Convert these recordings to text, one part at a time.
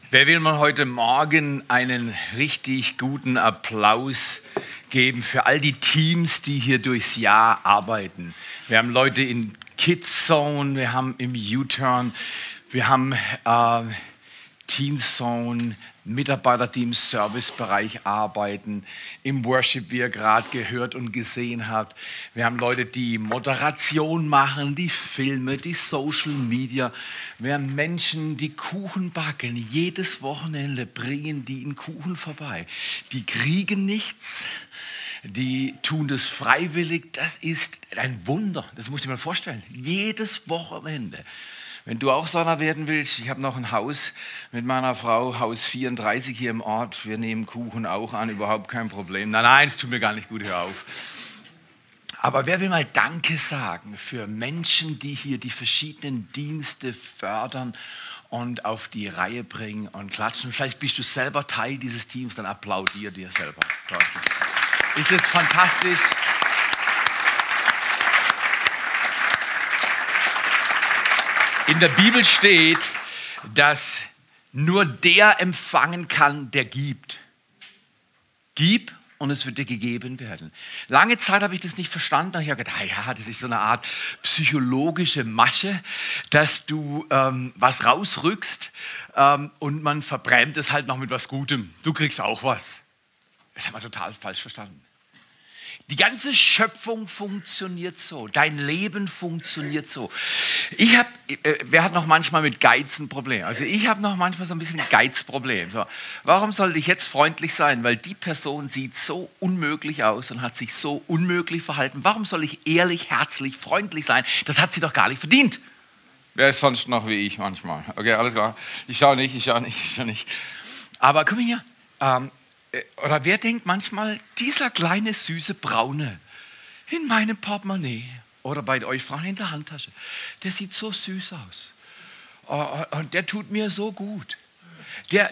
Wer will mal heute Morgen einen richtig guten Applaus geben für all die Teams, die hier durchs Jahr arbeiten? Wir haben Leute in Kids Zone, wir haben im U-Turn, wir haben Teen Zone, Mitarbeiter, die im Servicebereich arbeiten, im Worship, wie ihr gerade gehört und gesehen habt. Wir haben Leute, die Moderation machen, die Filme, die Social Media. Wir haben Menschen, die Kuchen backen. Jedes Wochenende bringen die einen Kuchen vorbei. Die kriegen nichts. Die tun das freiwillig. Das ist ein Wunder. Das musst du dir mal vorstellen. Jedes Wochenende. Wenn du auch so einer werden willst, ich habe noch ein Haus mit meiner Frau, Haus 34 hier im Ort. Wir nehmen Kuchen auch an, überhaupt kein Problem. Nein, es tut mir gar nicht gut, hör auf. Aber wer will mal Danke sagen für Menschen, die hier die verschiedenen Dienste fördern und auf die Reihe bringen und klatschen? Vielleicht bist du selber Teil dieses Teams, dann applaudier dir selber. Ist das fantastisch? In der Bibel steht, dass nur der empfangen kann, der gibt. Gib und es wird dir gegeben werden. Lange Zeit habe ich das nicht verstanden. Ich habe gedacht, ja, das ist so eine Art psychologische Masche, dass du was rausrückst und man verbrennt es halt noch mit was Gutem. Du kriegst auch was. Das haben wir total falsch verstanden. Die ganze Schöpfung funktioniert so. Dein Leben funktioniert so. Wer hat noch manchmal mit Geiz ein Problem? Also ich habe noch manchmal so ein bisschen ein Geizproblem. So, warum sollte ich jetzt freundlich sein? Weil die Person sieht so unmöglich aus und hat sich so unmöglich verhalten. Warum soll ich ehrlich, herzlich, freundlich sein? Das hat sie doch gar nicht verdient. Wer ist sonst noch wie ich manchmal? Okay, alles klar. Ich schau nicht. Aber guck mal hier. Oder wer denkt manchmal, dieser kleine, süße Braune in meinem Portemonnaie oder bei euch Frauen in der Handtasche, der sieht so süß aus und der tut mir so gut. Der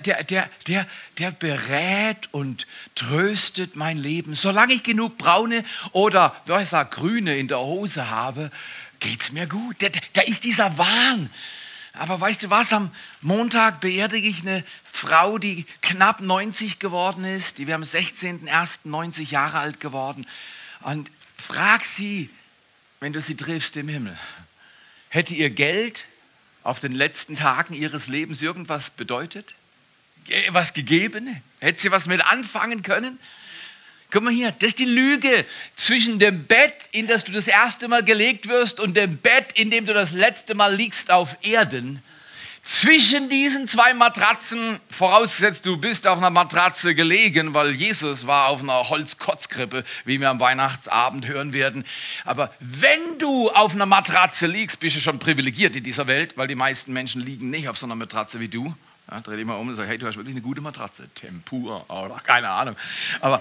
berät und tröstet mein Leben. Solange ich genug braune oder grüne in der Hose habe, geht's mir gut. Da ist dieser Wahn. Aber weißt du was, am Montag beerdige ich eine Frau, die knapp 90 geworden ist. Die wäre am 16.01. 90 Jahre alt geworden. Und frag sie, wenn du sie triffst im Himmel, hätte ihr Geld auf den letzten Tagen ihres Lebens irgendwas bedeutet? Was gegeben? Hätte sie was mit anfangen können? Guck mal hier, das ist die Lüge zwischen dem Bett, in das du das erste Mal gelegt wirst, und dem Bett, in dem du das letzte Mal liegst auf Erden. Zwischen diesen zwei Matratzen, vorausgesetzt du bist auf einer Matratze gelegen, weil Jesus war auf einer Holzkotzkrippe, wie wir am Weihnachtsabend hören werden. Aber wenn du auf einer Matratze liegst, bist du schon privilegiert in dieser Welt, weil die meisten Menschen liegen nicht auf so einer Matratze wie du. Ja, dreh dich mal um und sag, hey, du hast wirklich eine gute Matratze. Tempur oder keine Ahnung. Aber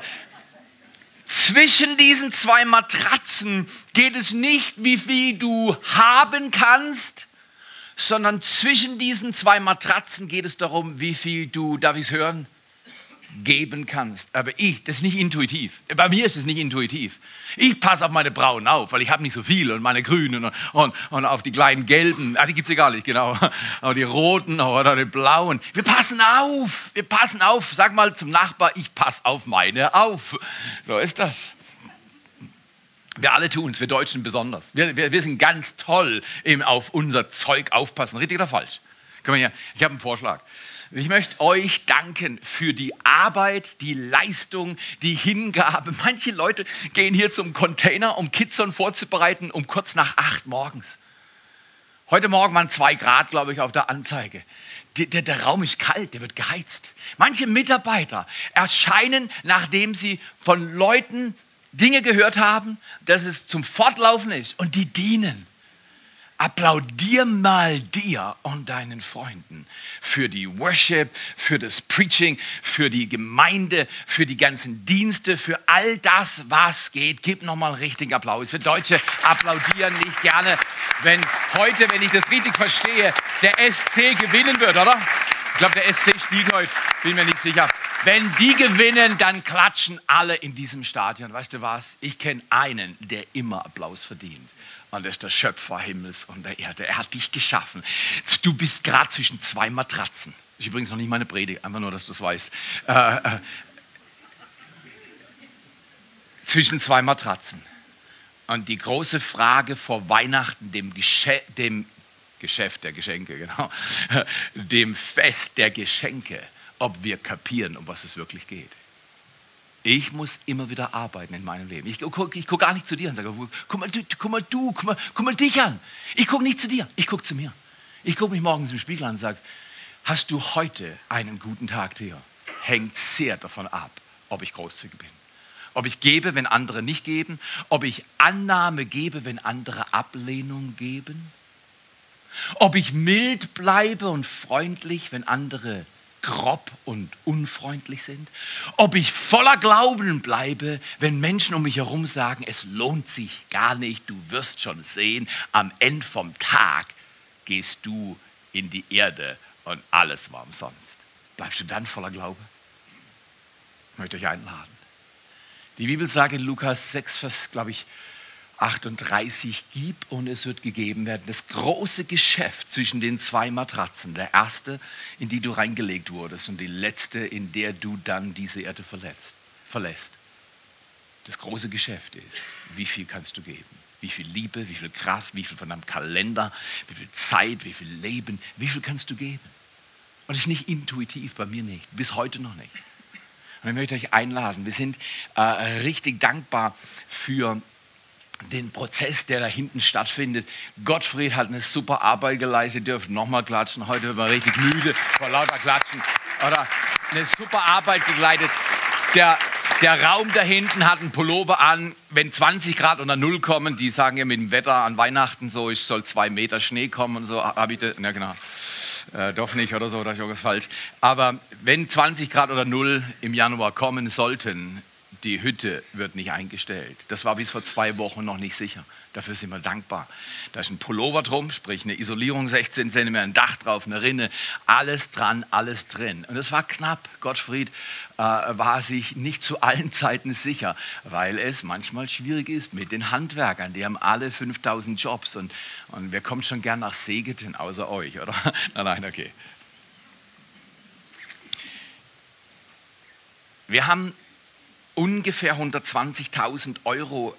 zwischen diesen zwei Matratzen geht es nicht, wie viel du haben kannst, sondern zwischen diesen zwei Matratzen geht es darum, wie viel du, darf ich es hören, geben kannst. Aber das ist nicht intuitiv. Bei mir ist es nicht intuitiv. Ich passe auf meine Braunen auf, weil ich habe nicht so viel, und meine Grünen und auf die kleinen Gelben, die gibt es ja gar nicht, genau, aber die Roten oder die Blauen. Wir passen auf. Sag mal zum Nachbar, ich passe auf meine auf. So ist das. Wir alle tun es, wir Deutschen besonders. Wir sind ganz toll im auf unser Zeug aufpassen. Richtig oder falsch? Komm mal her, ich habe einen Vorschlag. Ich möchte euch danken für die Arbeit, die Leistung, die Hingabe. Manche Leute gehen hier zum Container, um Kids Zone vorzubereiten, um kurz nach 8 morgens. Heute Morgen waren 2 Grad, glaube ich, auf der Anzeige. Der Raum ist kalt, der wird geheizt. Manche Mitarbeiter erscheinen, nachdem sie von Leuten Dinge gehört haben, dass es zum Fortlaufen ist, und die dienen. Applaudier mal dir und deinen Freunden für die Worship, für das Preaching, für die Gemeinde, für die ganzen Dienste, für all das, was geht. Gib nochmal einen richtigen Applaus. Wir Deutsche applaudieren nicht gerne, wenn heute, wenn ich das richtig verstehe, der SC gewinnen wird, oder? Ich glaube, der SC spielt heute, bin mir nicht sicher. Wenn die gewinnen, dann klatschen alle in diesem Stadion. Weißt du was? Ich kenne einen, der immer Applaus verdient. Und er ist der Schöpfer Himmels und der Erde. Er hat dich geschaffen. Du bist gerade zwischen 2 Matratzen. Ist übrigens noch nicht meine Predigt, einfach nur, dass du es weißt. Zwischen zwei Matratzen. Und die große Frage vor Weihnachten, dem Geschäft der Geschenke, genau, dem Fest der Geschenke, ob wir kapieren, um was es wirklich geht. Ich muss immer wieder arbeiten in meinem Leben. Ich guck gar nicht zu dir und sage, guck mal dich an. Ich gucke nicht zu dir, ich gucke zu mir. Ich gucke mich morgens im Spiegel an und sage, hast du heute einen guten Tag, Theo? Hängt sehr davon ab, ob ich großzügig bin. Ob ich gebe, wenn andere nicht geben. Ob ich Annahme gebe, wenn andere Ablehnung geben. Ob ich mild bleibe und freundlich, wenn andere grob und unfreundlich sind. Ob ich voller Glauben bleibe, wenn Menschen um mich herum sagen, es lohnt sich gar nicht, du wirst schon sehen, am Ende vom Tag gehst du in die Erde und alles war umsonst. Bleibst du dann voller Glaube? Ich möchte euch einladen. Die Bibel sagt in Lukas 6, Vers, 38, gib und es wird gegeben werden. Das große Geschäft zwischen den zwei Matratzen. Der erste, in die du reingelegt wurdest und die letzte, in der du dann diese Erde verlässt. Das große Geschäft ist, wie viel kannst du geben? Wie viel Liebe, wie viel Kraft, wie viel von deinem Kalender, wie viel Zeit, wie viel Leben, wie viel kannst du geben? Und es ist nicht intuitiv, bei mir nicht, bis heute noch nicht. Und ich möchte euch einladen, wir sind richtig dankbar für den Prozess, der da hinten stattfindet. Gottfried hat eine super Arbeit geleistet, ihr dürft nochmal klatschen, heute wird man richtig müde vor lauter Klatschen. Oder eine super Arbeit begleitet. Der Raum da hinten hat einen Pullover an, wenn 20 Grad unter Null kommen, die sagen ja mit dem Wetter an Weihnachten so, es soll 2 Meter Schnee kommen und so, habe ich das, na genau. Doch nicht oder so, da ist irgendwas falsch. Aber wenn 20 Grad oder Null im Januar kommen sollten, die Hütte wird nicht eingestellt. Das war bis vor 2 Wochen noch nicht sicher. Dafür sind wir dankbar. Da ist ein Pullover drum, sprich eine Isolierung 16 cm, ein Dach drauf, eine Rinne, alles dran, alles drin. Und es war knapp. Gottfried war sich nicht zu allen Zeiten sicher, weil es manchmal schwierig ist mit den Handwerkern. Die haben alle 5000 Jobs und wer kommt schon gern nach Segeten außer euch, oder? Nein, okay. Wir haben ungefähr 130.000 Euro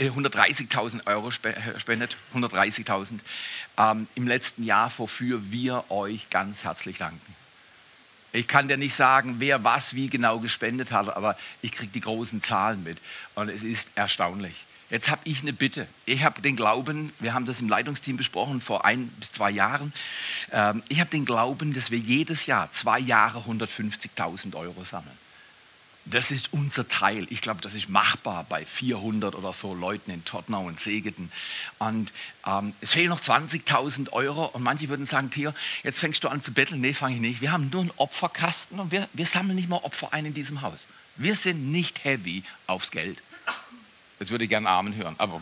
spendet, 130.000 im letzten Jahr, wofür wir euch ganz herzlich danken. Ich kann dir nicht sagen, wer was wie genau gespendet hat, aber ich kriege die großen Zahlen mit und es ist erstaunlich. Jetzt habe ich eine Bitte. Ich habe den Glauben, wir haben das im Leitungsteam besprochen vor 1 bis 2 Jahren, ich habe den Glauben, dass wir jedes Jahr 2 Jahre 150.000 Euro sammeln. Das ist unser Teil. Ich glaube, das ist machbar bei 400 oder so Leuten in Tottenau und Segeten. Und es fehlen noch 20.000 Euro. Und manche würden sagen, Theo, jetzt fängst du an zu betteln. Nee, fange ich nicht. Wir haben nur einen Opferkasten und wir sammeln nicht mal Opfer ein in diesem Haus. Wir sind nicht heavy aufs Geld. Jetzt würde ich gerne Amen hören, aber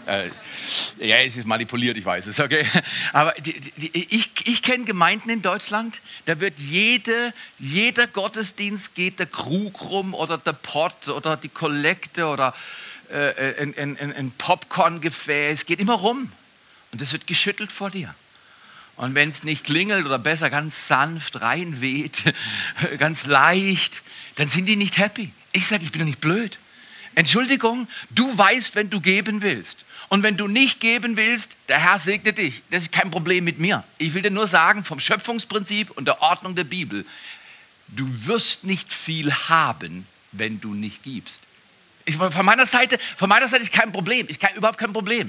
ja, es ist manipuliert, ich weiß es, okay. Aber ich kenne Gemeinden in Deutschland, da wird jeder Gottesdienst geht der Krug rum oder der Pott oder die Kollekte oder ein Popcorn-Gefäß, geht immer rum und das wird geschüttelt vor dir. Und wenn es nicht klingelt oder besser ganz sanft reinweht, ganz leicht, dann sind die nicht happy. Ich sage, ich bin doch nicht blöd. Entschuldigung, du weißt, wenn du geben willst. Und wenn du nicht geben willst, der Herr segne dich. Das ist kein Problem mit mir. Ich will dir nur sagen, vom Schöpfungsprinzip und der Ordnung der Bibel, du wirst nicht viel haben, wenn du nicht gibst. Von meiner Seite ist kein Problem, überhaupt kein Problem.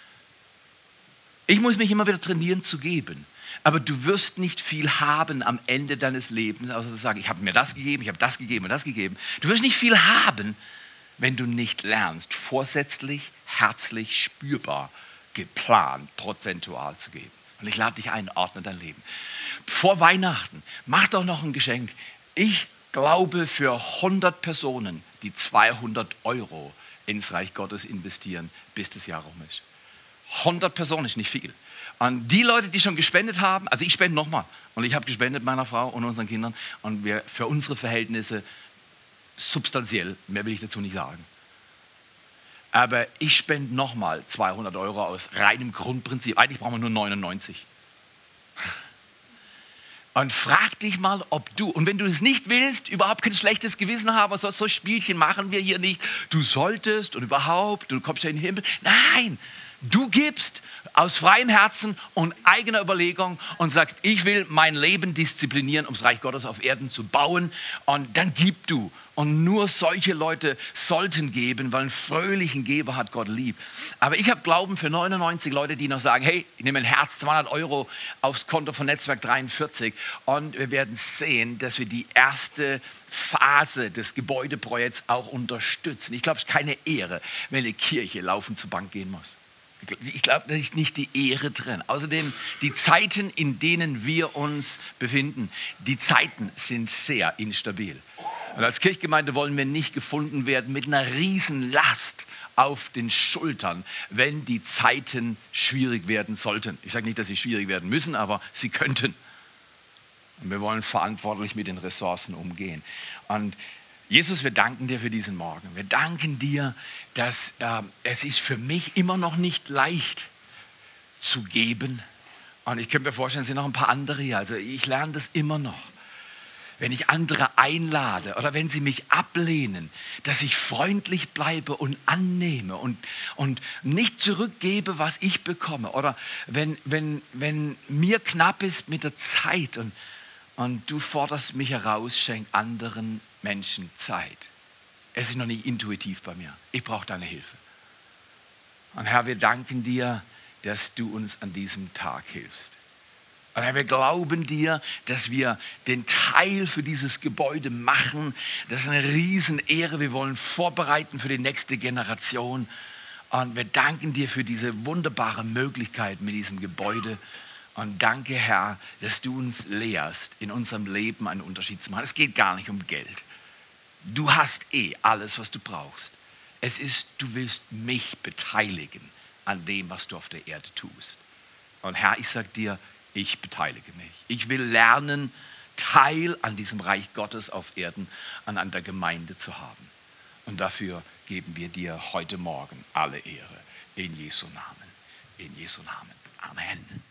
Ich muss mich immer wieder trainieren zu geben. Aber du wirst nicht viel haben am Ende deines Lebens, außer zu sagen, ich habe mir das gegeben, ich habe das gegeben und das gegeben. Du wirst nicht viel haben, wenn du nicht lernst, vorsätzlich, herzlich, spürbar, geplant, prozentual zu geben. Und ich lade dich ein, ordne dein Leben. Vor Weihnachten, mach doch noch ein Geschenk. Ich glaube, für 100 Personen, die 200 Euro ins Reich Gottes investieren, bis das Jahr rum ist. 100 Personen ist nicht viel. Und die Leute, die schon gespendet haben, also ich spende nochmal. Und ich habe gespendet meiner Frau und unseren Kindern. Und wir für unsere Verhältnisse substanziell, mehr will ich dazu nicht sagen. Aber ich spende nochmal 200 Euro aus reinem Grundprinzip. Eigentlich brauchen wir nur 99. Und frag dich mal, ob du, und wenn du es nicht willst, überhaupt kein schlechtes Gewissen haben, so Spielchen machen wir hier nicht. Du solltest und überhaupt, du kommst ja in den Himmel. Nein, du gibst aus freiem Herzen und eigener Überlegung und sagst, ich will mein Leben disziplinieren, um das Reich Gottes auf Erden zu bauen. Und dann gib du. Und nur solche Leute sollten geben, weil einen fröhlichen Geber hat Gott lieb. Aber ich habe Glauben für 99 Leute, die noch sagen, hey, ich nehme ein Herz, 200 € aufs Konto von Netzwerk 43. Und wir werden sehen, dass wir die erste Phase des Gebäudeprojekts auch unterstützen. Ich glaube, es ist keine Ehre, wenn eine Kirche laufend zur Bank gehen muss. Ich glaube, da ist nicht die Ehre drin. Außerdem, die Zeiten, in denen wir uns befinden, die Zeiten sind sehr instabil. Und als Kirchgemeinde wollen wir nicht gefunden werden mit einer riesen Last auf den Schultern, wenn die Zeiten schwierig werden sollten. Ich sage nicht, dass sie schwierig werden müssen, aber sie könnten. Und wir wollen verantwortlich mit den Ressourcen umgehen. Und Jesus, wir danken dir für diesen Morgen. Wir danken dir, dass es ist für mich immer noch nicht leicht zu geben. Und ich könnte mir vorstellen, es sind noch ein paar andere hier. Also ich lerne das immer noch. Wenn ich andere einlade oder wenn sie mich ablehnen, dass ich freundlich bleibe und annehme und nicht zurückgebe, was ich bekomme. Oder wenn mir knapp ist mit der Zeit und du forderst mich heraus, schenk anderen Menschen Zeit. Es ist noch nicht intuitiv bei mir. Ich brauche deine Hilfe. Und Herr, wir danken dir, dass du uns an diesem Tag hilfst. Und Herr, wir glauben dir, dass wir den Teil für dieses Gebäude machen. Das ist eine Riesenehre. Wir wollen vorbereiten für die nächste Generation. Und wir danken dir für diese wunderbare Möglichkeit mit diesem Gebäude. Und danke, Herr, dass du uns lehrst, in unserem Leben einen Unterschied zu machen. Es geht gar nicht um Geld. Du hast alles, was du brauchst. Es ist, du willst mich beteiligen an dem, was du auf der Erde tust. Und Herr, ich sage dir, ich beteilige mich. Ich will lernen, Teil an diesem Reich Gottes auf Erden, an der Gemeinde zu haben. Und dafür geben wir dir heute Morgen alle Ehre. In Jesu Namen. In Jesu Namen. Amen.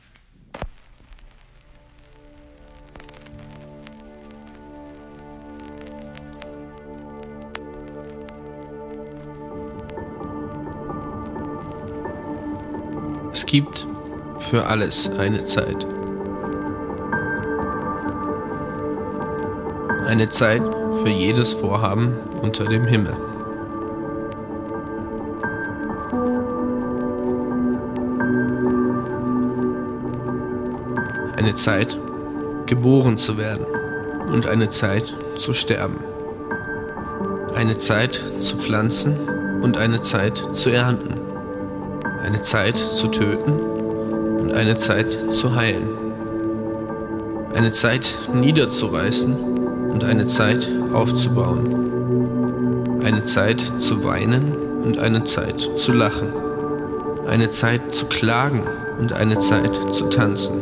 Es gibt für alles eine Zeit. Eine Zeit für jedes Vorhaben unter dem Himmel. Eine Zeit, geboren zu werden und eine Zeit zu sterben. Eine Zeit zu pflanzen und eine Zeit zu ernten. Eine Zeit zu töten und eine Zeit zu heilen. Eine Zeit niederzureißen und eine Zeit aufzubauen. Eine Zeit zu weinen und eine Zeit zu lachen. Eine Zeit zu klagen und eine Zeit zu tanzen.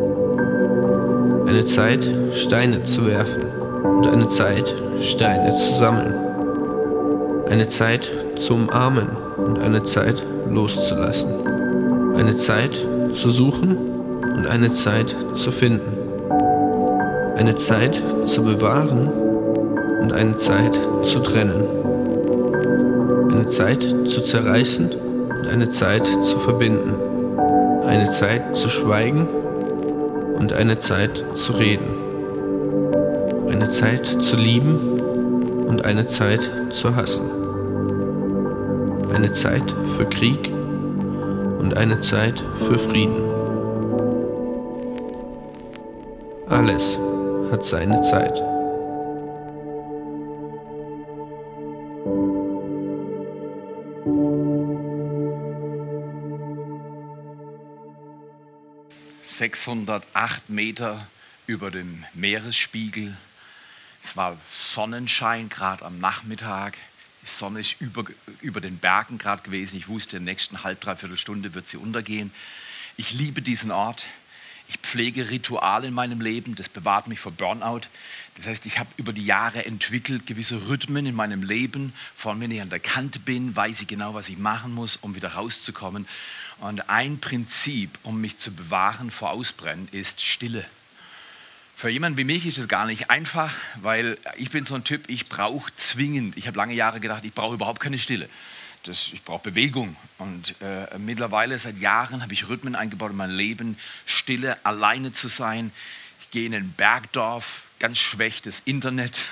Eine Zeit, Steine zu werfen und eine Zeit, Steine zu sammeln. Eine Zeit zu umarmen und eine Zeit loszulassen. Eine Zeit zu suchen und eine Zeit zu finden. Eine Zeit zu bewahren und eine Zeit zu trennen. Eine Zeit zu zerreißen und eine Zeit zu verbinden. Eine Zeit zu schweigen und eine Zeit zu reden. Eine Zeit zu lieben und eine Zeit zu hassen. Eine Zeit für Krieg und eine Zeit für Frieden. Alles hat seine Zeit. ...608 Meter über dem Meeresspiegel. Es war Sonnenschein, gerade am Nachmittag. Die Sonne ist über den Bergen gerade gewesen. Ich wusste, in der nächsten dreiviertel Stunde wird sie untergehen. Ich liebe diesen Ort. Ich pflege Rituale in meinem Leben. Das bewahrt mich vor Burnout. Das heißt, ich habe über die Jahre entwickelt gewisse Rhythmen in meinem Leben. Von wenn ich an der Kante bin, weiß ich genau, was ich machen muss, um wieder rauszukommen. Und ein Prinzip, um mich zu bewahren vor Ausbrennen, ist Stille. Für jemanden wie mich ist es gar nicht einfach, weil ich bin so ein Typ, ich brauche zwingend, ich habe lange Jahre gedacht, ich brauche überhaupt keine Stille. Ich brauche Bewegung und mittlerweile seit Jahren habe ich Rhythmen eingebaut in mein Leben, Stille, alleine zu sein. Ich gehe in ein Bergdorf, ganz schlechtes Internet,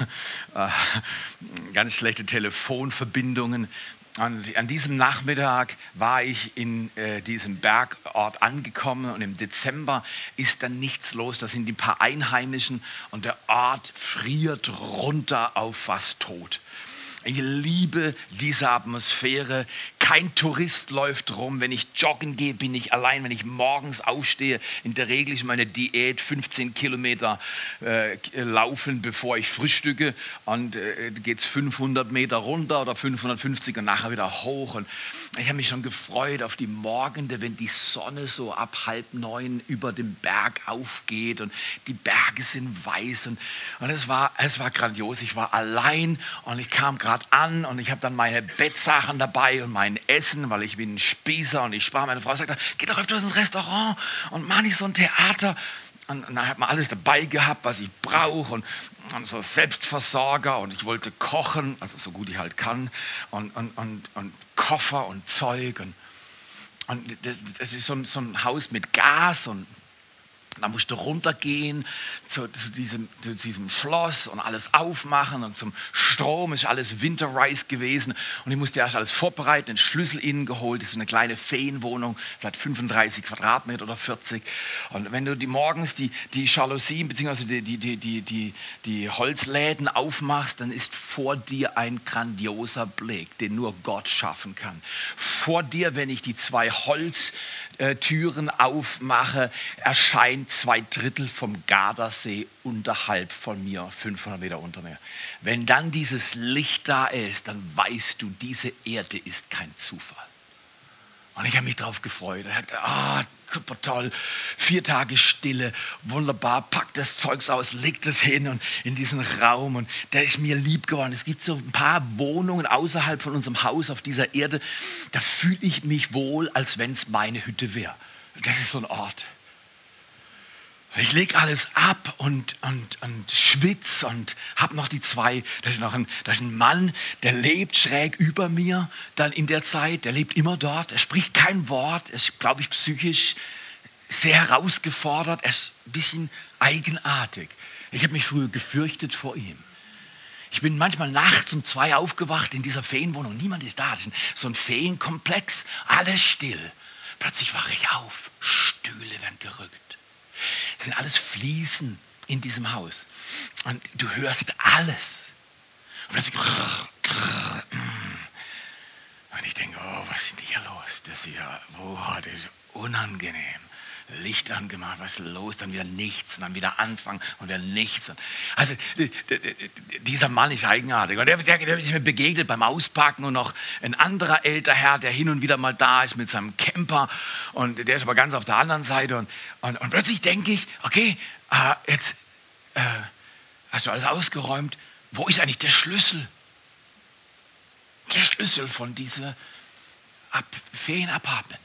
ganz schlechte Telefonverbindungen. Und an diesem Nachmittag war ich in diesem Bergort angekommen und im Dezember ist dann nichts los. Da sind ein paar Einheimischen und der Ort friert runter auf fast tot. Ich liebe diese Atmosphäre. Kein Tourist läuft rum. Wenn ich joggen gehe, bin ich allein. Wenn ich morgens aufstehe, in der Regel ist meine Diät 15 Kilometer laufen, bevor ich frühstücke. Und geht es 500 Meter runter oder 550 und nachher wieder hoch. Und ich habe mich schon gefreut auf die Morgende, wenn die Sonne so ab 8:30 über dem Berg aufgeht und die Berge sind weiß. Und es war grandios. Ich war allein und ich kam gerade an und ich habe dann meine Bettsachen dabei und mein Essen, weil ich bin ein Spießer und ich spare. Meine Frau sagte, geh doch öfters ins Restaurant und mach nicht so ein Theater. Und dann hat man alles dabei gehabt, was ich brauche und so Selbstversorger und ich wollte kochen, also so gut ich halt kann und Koffer und Zeug und das ist so ein Haus mit Gas und da musste runtergehen zu diesem Schloss und alles aufmachen und zum Strom ist alles Winterreis gewesen und ich musste erst alles vorbereiten, den Schlüssel innen geholt, das ist eine kleine Ferienwohnung, vielleicht 35 Quadratmeter oder 40 und wenn du morgens die Jalousien bzw. die Holzläden aufmachst, dann ist vor dir ein grandioser Blick, den nur Gott schaffen kann. Vor dir, wenn ich die 2 Holztüren aufmache, erscheint 2/3 vom Gardasee unterhalb von mir, 500 Meter unter mir. Wenn dann dieses Licht da ist, dann weißt du, diese Erde ist kein Zufall. Und ich habe mich darauf gefreut. Ich dachte, super toll, 4 Tage Stille, wunderbar, pack das Zeugs aus, leg das hin und in diesen Raum und der ist mir lieb geworden. Es gibt so ein paar Wohnungen außerhalb von unserem Haus auf dieser Erde, da fühle ich mich wohl, als wenn es meine Hütte wäre. Das ist so ein Ort. Ich lege alles ab und schwitze und habe noch die 2, da ist ein Mann, der lebt schräg über mir dann in der Zeit, der lebt immer dort, er spricht kein Wort, er ist, glaube ich, psychisch sehr herausgefordert, er ist ein bisschen eigenartig. Ich habe mich früher gefürchtet vor ihm. Ich bin manchmal nachts um 2 aufgewacht in dieser Ferienwohnung, niemand ist da, das ist so ein Ferienkomplex, alles still. Plötzlich wache ich auf, Stühle werden gerückt. Es sind alles Fliesen in diesem Haus. Und du hörst alles. Und plötzlich und ich denke, was ist denn hier los? Das ist unangenehm. Licht angemacht, was ist los? Dann wieder nichts, und dann wieder anfangen und wieder nichts. Also dieser Mann ist eigenartig. Und der ist mir begegnet beim Auspacken und noch ein anderer älterer Herr, der hin und wieder mal da ist mit seinem Camper und der ist aber ganz auf der anderen Seite. Und plötzlich denke ich, okay, jetzt hast du alles ausgeräumt. Wo ist eigentlich der Schlüssel? Der Schlüssel von diesem Ferienapartment.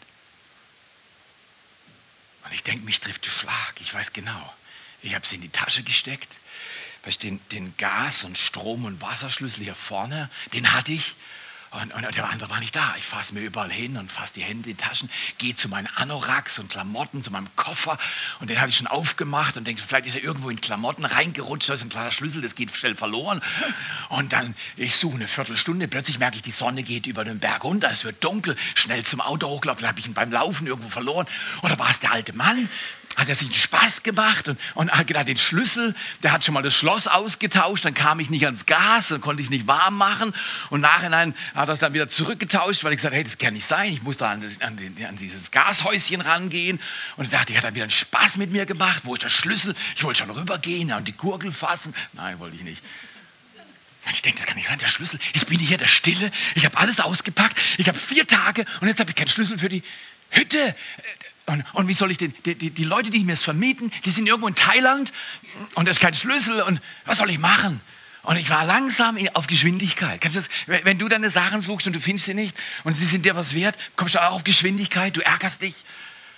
Und ich denke, mich trifft der Schlag. Ich weiß genau. Ich habe sie in die Tasche gesteckt. Weißt, den Gas- und Strom- und Wasserschlüssel hier vorne, den hatte ich. Und der andere war nicht da. Ich fasse mir überall hin und fasse die Hände in die Taschen, gehe zu meinen Anoraks und Klamotten, zu meinem Koffer. Und den habe ich schon aufgemacht und denke, vielleicht ist er irgendwo in Klamotten reingerutscht. Da ist ein kleiner Schlüssel, das geht schnell verloren. Und dann, ich suche eine Viertelstunde, plötzlich merke ich, die Sonne geht über den Berg runter, es wird dunkel, schnell zum Auto hochlaufen. Dann habe ich ihn beim Laufen irgendwo verloren. Oder war es der alte Mann? Hat er sich einen Spaß gemacht und hat gedacht, den Schlüssel, der hat schon mal das Schloss ausgetauscht, dann kam ich nicht ans Gas, dann konnte ich es nicht warm machen und nachhinein hat er es dann wieder zurückgetauscht, weil ich gesagt habe, hey, das kann nicht sein, ich muss da an dieses Gashäuschen rangehen und ich dachte, er hat dann wieder einen Spaß mit mir gemacht, wo ist der Schlüssel, ich wollte schon rübergehen und die Gurgel fassen, nein, wollte ich nicht. Ich denke, das kann nicht sein, der Schlüssel, jetzt bin ich hier der Stille, ich habe alles ausgepackt, ich habe 4 Tage und jetzt habe ich keinen Schlüssel für die Hütte. Und wie soll ich die Leute, die mir es vermieten, die sind irgendwo in Thailand und da ist kein Schlüssel und was soll ich machen? Und ich war langsam auf Geschwindigkeit. Kannst du das, wenn du deine Sachen suchst und du findest sie nicht und sie sind dir was wert, kommst du auch auf Geschwindigkeit, du ärgerst dich.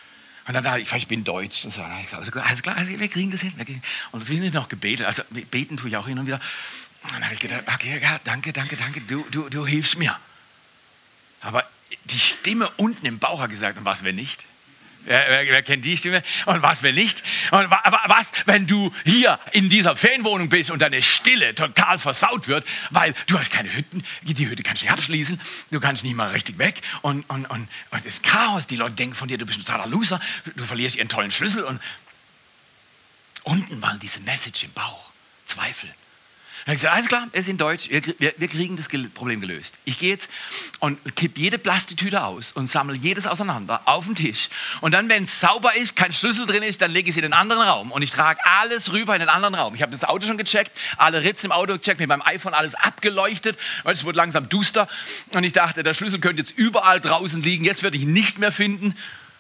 Und dann dachte ich bin Deutsch. Und so, dann habe ich gesagt, alles klar, also wir kriegen das hin. Und das will ich noch gebetet. Also beten tue ich auch hin und wieder. Und dann habe ich gedacht, okay, ja, danke, du hilfst mir. Aber die Stimme unten im Bauch hat gesagt, und was, wenn nicht? Wer kennt die Stimme? Und was, wenn nicht? Und was, wenn du hier in dieser Ferienwohnung bist und deine Stille total versaut wird, weil du hast keine Hütten, die Hütte kannst du nicht abschließen, du kannst nicht mal richtig weg und das Chaos, die Leute denken von dir, du bist ein totaler Loser, du verlierst ihren tollen Schlüssel und unten war diese Message im Bauch, Zweifel. Dann habe ich gesagt, alles klar, es ist in Deutsch, wir kriegen das Problem gelöst. Ich gehe jetzt und kippe jede Plastiktüte aus und sammle jedes auseinander auf den Tisch. Und dann, wenn es sauber ist, kein Schlüssel drin ist, dann lege ich es in den anderen Raum. Und ich trage alles rüber in den anderen Raum. Ich habe das Auto schon gecheckt, alle Ritzen im Auto gecheckt, mit meinem iPhone alles abgeleuchtet. Und es wurde langsam duster. Und ich dachte, der Schlüssel könnte jetzt überall draußen liegen. Jetzt werde ich ihn nicht mehr finden.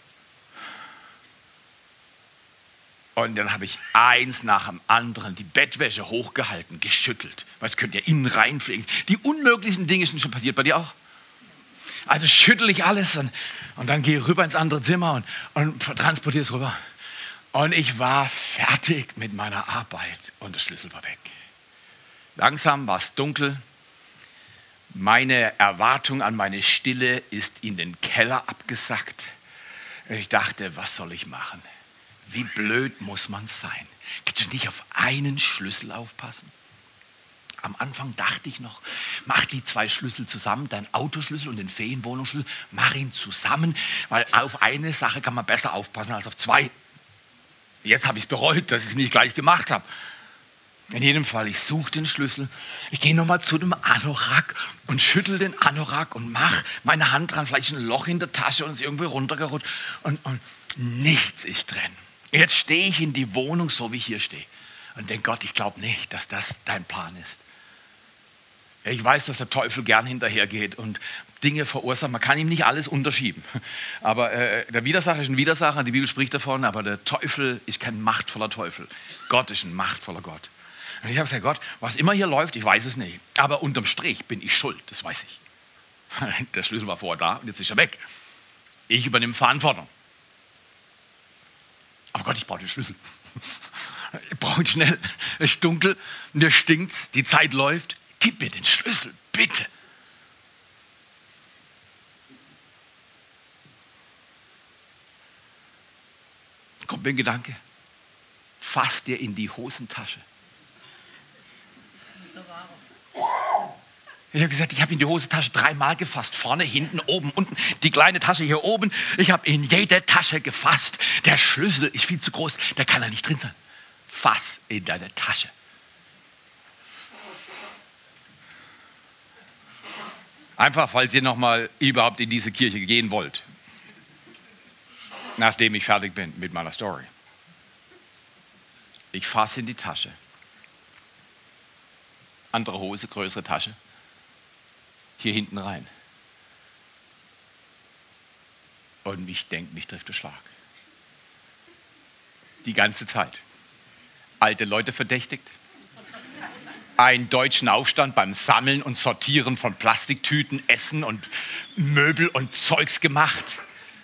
Und dann habe ich eins nach dem anderen die Bettwäsche hochgehalten, geschüttelt. Was könnt ihr innen reinfliegen? Die unmöglichsten Dinge sind schon passiert, bei dir auch. Also schüttel ich alles und dann gehe ich rüber ins andere Zimmer und transportiere es rüber. Und ich war fertig mit meiner Arbeit und der Schlüssel war weg. Langsam war es dunkel. Meine Erwartung an meine Stille ist in den Keller abgesackt. Ich dachte, was soll ich machen? Wie blöd muss man sein? Kannst du nicht auf einen Schlüssel aufpassen? Am Anfang dachte ich noch, mach die 2 Schlüssel zusammen, dein Autoschlüssel und den Ferienwohnungsschlüssel, mach ihn zusammen, weil auf eine Sache kann man besser aufpassen als auf 2. Jetzt habe ich es bereut, dass ich es nicht gleich gemacht habe. In jedem Fall, ich suche den Schlüssel, ich gehe nochmal zu dem Anorak und schüttel den Anorak und mach meine Hand dran, vielleicht ein Loch in der Tasche und es ist irgendwie runtergerutscht und nichts ist drin. Jetzt stehe ich in die Wohnung, so wie ich hier stehe. Und denke, Gott, ich glaube nicht, dass das dein Plan ist. Ich weiß, dass der Teufel gern hinterhergeht und Dinge verursacht. Man kann ihm nicht alles unterschieben. Aber der Widersacher ist ein Widersacher, die Bibel spricht davon, aber der Teufel ist kein machtvoller Teufel. Gott ist ein machtvoller Gott. Und ich habe gesagt, Gott, was immer hier läuft, ich weiß es nicht. Aber unterm Strich bin ich schuld, das weiß ich. Der Schlüssel war vorher da und jetzt ist er weg. Ich übernehme Verantwortung. Aber Gott, ich brauche den Schlüssel. Ich brauche ihn schnell. Es ist dunkel, mir stinkt's, die Zeit läuft. Gib mir den Schlüssel, bitte. Kommt mir ein Gedanke. Fass dir in die Hosentasche. Ich habe gesagt, ich habe in die Hosentasche 3-mal gefasst. Vorne, hinten, oben, unten. Die kleine Tasche hier oben. Ich habe in jede Tasche gefasst. Der Schlüssel ist viel zu groß. Der kann da nicht drin sein. Fass in deine Tasche. Einfach, falls ihr nochmal überhaupt in diese Kirche gehen wollt. Nachdem ich fertig bin mit meiner Story. Ich fasse in die Tasche. Andere Hose, größere Tasche. Hier hinten rein. Und ich denke, mich trifft der Schlag. Die ganze Zeit. Alte Leute verdächtigt. Einen deutschen Aufstand beim Sammeln und Sortieren von Plastiktüten, Essen und Möbel und Zeugs gemacht.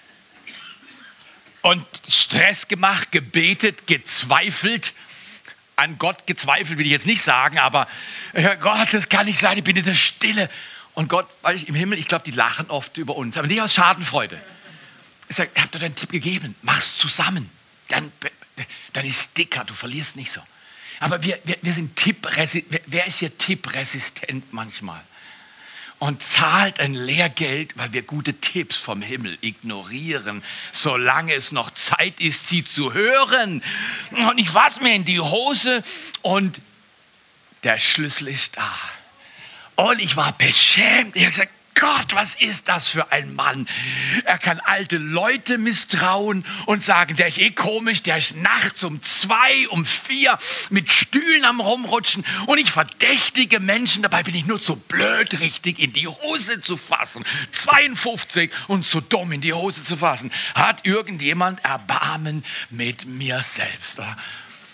Und Stress gemacht, gebetet, gezweifelt. An Gott gezweifelt will ich jetzt nicht sagen, aber ja, Gott, das kann nicht sein, ich bin in der Stille. Und Gott, weil ich im Himmel, ich glaube, die lachen oft über uns, aber nicht aus Schadenfreude. Ich sage, ich habe dir einen Tipp gegeben, mach's zusammen, dann ist es dicker, du verlierst nicht so. Aber wir sind tippresistent. Wer ist hier tippresistent manchmal? Und zahlt ein Lehrgeld, weil wir gute Tipps vom Himmel ignorieren, solange es noch Zeit ist, sie zu hören. Und ich fasse mir in die Hose und der Schlüssel ist da. Und ich war beschämt. Ich habe gesagt, Gott, was ist das für ein Mann? Er kann alte Leute misstrauen und sagen, der ist eh komisch, der ist nachts um 2, um 4 mit Stühlen am Rumrutschen. Und ich verdächtige Menschen, dabei bin ich nur zu blöd, richtig in die Hose zu fassen. 52 und so dumm in die Hose zu fassen. Hat irgendjemand Erbarmen mit mir selbst? Oder?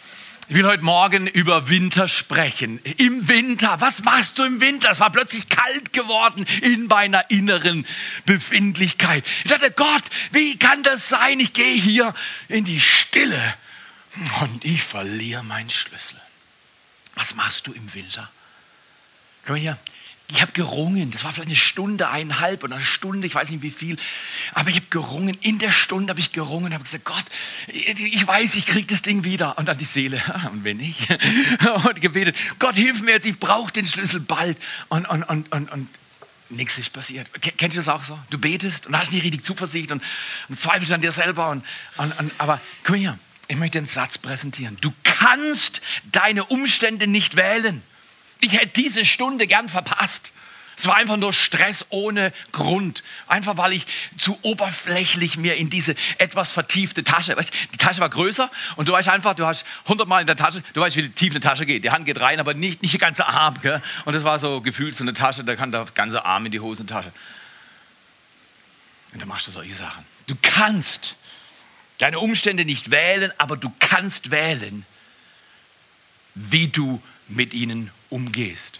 Ich will heute Morgen über Winter sprechen. Im Winter, was machst du im Winter? Es war plötzlich kalt geworden in meiner inneren Befindlichkeit. Ich dachte, Gott, wie kann das sein? Ich gehe hier in die Stille und ich verliere meinen Schlüssel. Was machst du im Winter? Komm mal hier. Ich habe gerungen, das war vielleicht eine Stunde, 1,5 oder eine Stunde, ich weiß nicht wie viel, aber ich habe gerungen, in der Stunde habe ich gerungen, habe gesagt, Gott, ich weiß, ich kriege das Ding wieder. Und dann die Seele, und wenn nicht? Und gebetet, Gott, hilf mir jetzt, ich brauche den Schlüssel bald. Und nichts ist passiert. Kennst du das auch so? Du betest und hast nicht richtig Zuversicht und zweifelst an dir selber. Aber komm hier, ich möchte einen Satz präsentieren. Du kannst deine Umstände nicht wählen. Ich hätte diese Stunde gern verpasst. Es war einfach nur Stress ohne Grund. Einfach weil ich zu oberflächlich mir in diese etwas vertiefte Tasche, weißt, die Tasche war größer und du weißt einfach, du hast 100 Mal in der Tasche, du weißt, wie tief eine Tasche geht. Die Hand geht rein, aber nicht der ganze Arm. Gell? Und das war so gefühlt so eine Tasche, da kann der ganze Arm in die Hosentasche. Und dann machst du solche Sachen. Du kannst deine Umstände nicht wählen, aber du kannst wählen, wie du mit ihnen umgehst.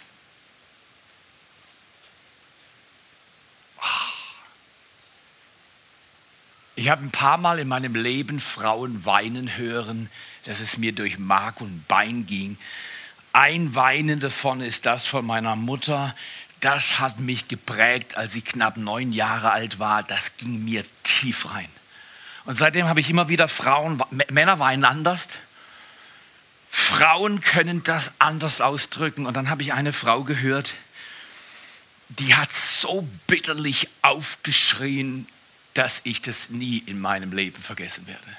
Ich habe ein paar Mal in meinem Leben Frauen weinen hören, dass es mir durch Mark und Bein ging. Ein Weinen davon ist das von meiner Mutter. Das hat mich geprägt, als ich knapp 9 Jahre alt war. Das ging mir tief rein. Und seitdem habe ich immer wieder Männer weinen anders. Frauen können das anders ausdrücken. Und dann habe ich eine Frau gehört, die hat so bitterlich aufgeschrien, dass ich das nie in meinem Leben vergessen werde.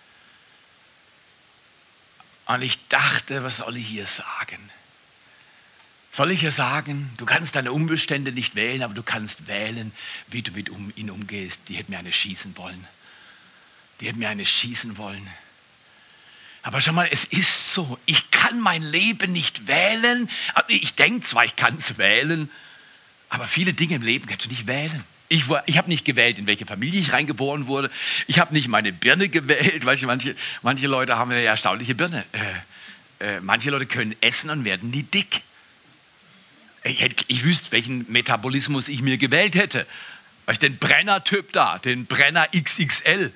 Und ich dachte, was soll ich hier sagen? Soll ich hier sagen, du kannst deine Umstände nicht wählen, aber du kannst wählen, wie du mit ihnen umgehst. Die hätten mir eine schießen wollen. Die hätten mir eine schießen wollen. Aber schau mal, es ist so, ich kann mein Leben nicht wählen. Ich denke zwar, ich kann es wählen, aber viele Dinge im Leben kannst du nicht wählen. Ich habe nicht gewählt, in welche Familie ich reingeboren wurde. Ich habe nicht meine Birne gewählt. Weißt du, manche Leute haben eine erstaunliche Birne. Manche Leute können essen und werden nie dick. Ich wüsste, welchen Metabolismus ich mir gewählt hätte. Weißt du, den Brenner-Typ da, den Brenner XXL.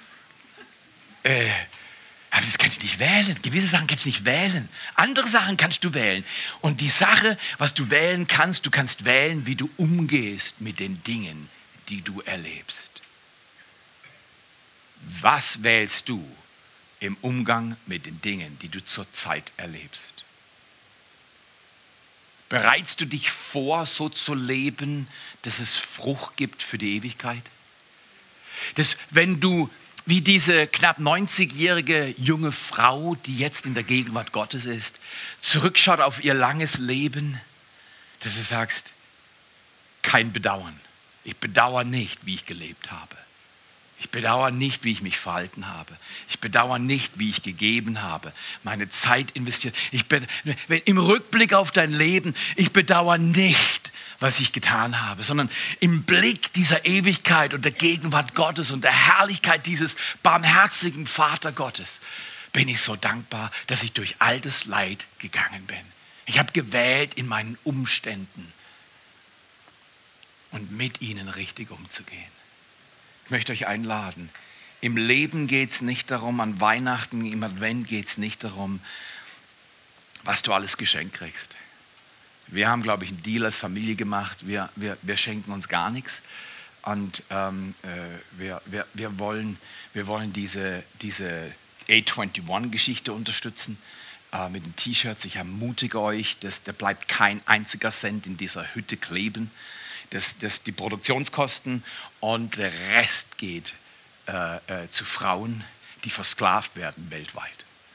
Aber das kannst du nicht wählen. Gewisse Sachen kannst du nicht wählen. Andere Sachen kannst du wählen. Und die Sache, was du wählen kannst, du kannst wählen, wie du umgehst mit den Dingen, die du erlebst. Was wählst du im Umgang mit den Dingen, die du zurzeit erlebst? Bereitest du dich vor, so zu leben, dass es Frucht gibt für die Ewigkeit? Dass wenn du wie diese knapp 90-jährige junge Frau, die jetzt in der Gegenwart Gottes ist, zurückschaut auf ihr langes Leben, dass du sagst, kein Bedauern. Ich bedauere nicht, wie ich gelebt habe. Ich bedauere nicht, wie ich mich verhalten habe. Ich bedauere nicht, wie ich gegeben habe, meine Zeit investiert. Im Rückblick auf dein Leben, ich bedauere nicht, was ich getan habe, sondern im Blick dieser Ewigkeit und der Gegenwart Gottes und der Herrlichkeit dieses barmherzigen Vater Gottes bin ich so dankbar, dass ich durch all das Leid gegangen bin. Ich habe gewählt, in meinen Umständen und mit ihnen richtig umzugehen. Ich möchte euch einladen. Im Leben geht es nicht darum, an Weihnachten, im Advent geht es nicht darum, was du alles geschenkt kriegst. Wir haben, glaube ich, einen Deal als Familie gemacht. Wir schenken uns gar nichts. Und wir wollen diese A21-Geschichte unterstützen mit den T-Shirts. Ich ermutige euch, da bleibt kein einziger Cent in dieser Hütte kleben. Das die Produktionskosten und der Rest geht zu Frauen, die versklavt werden weltweit.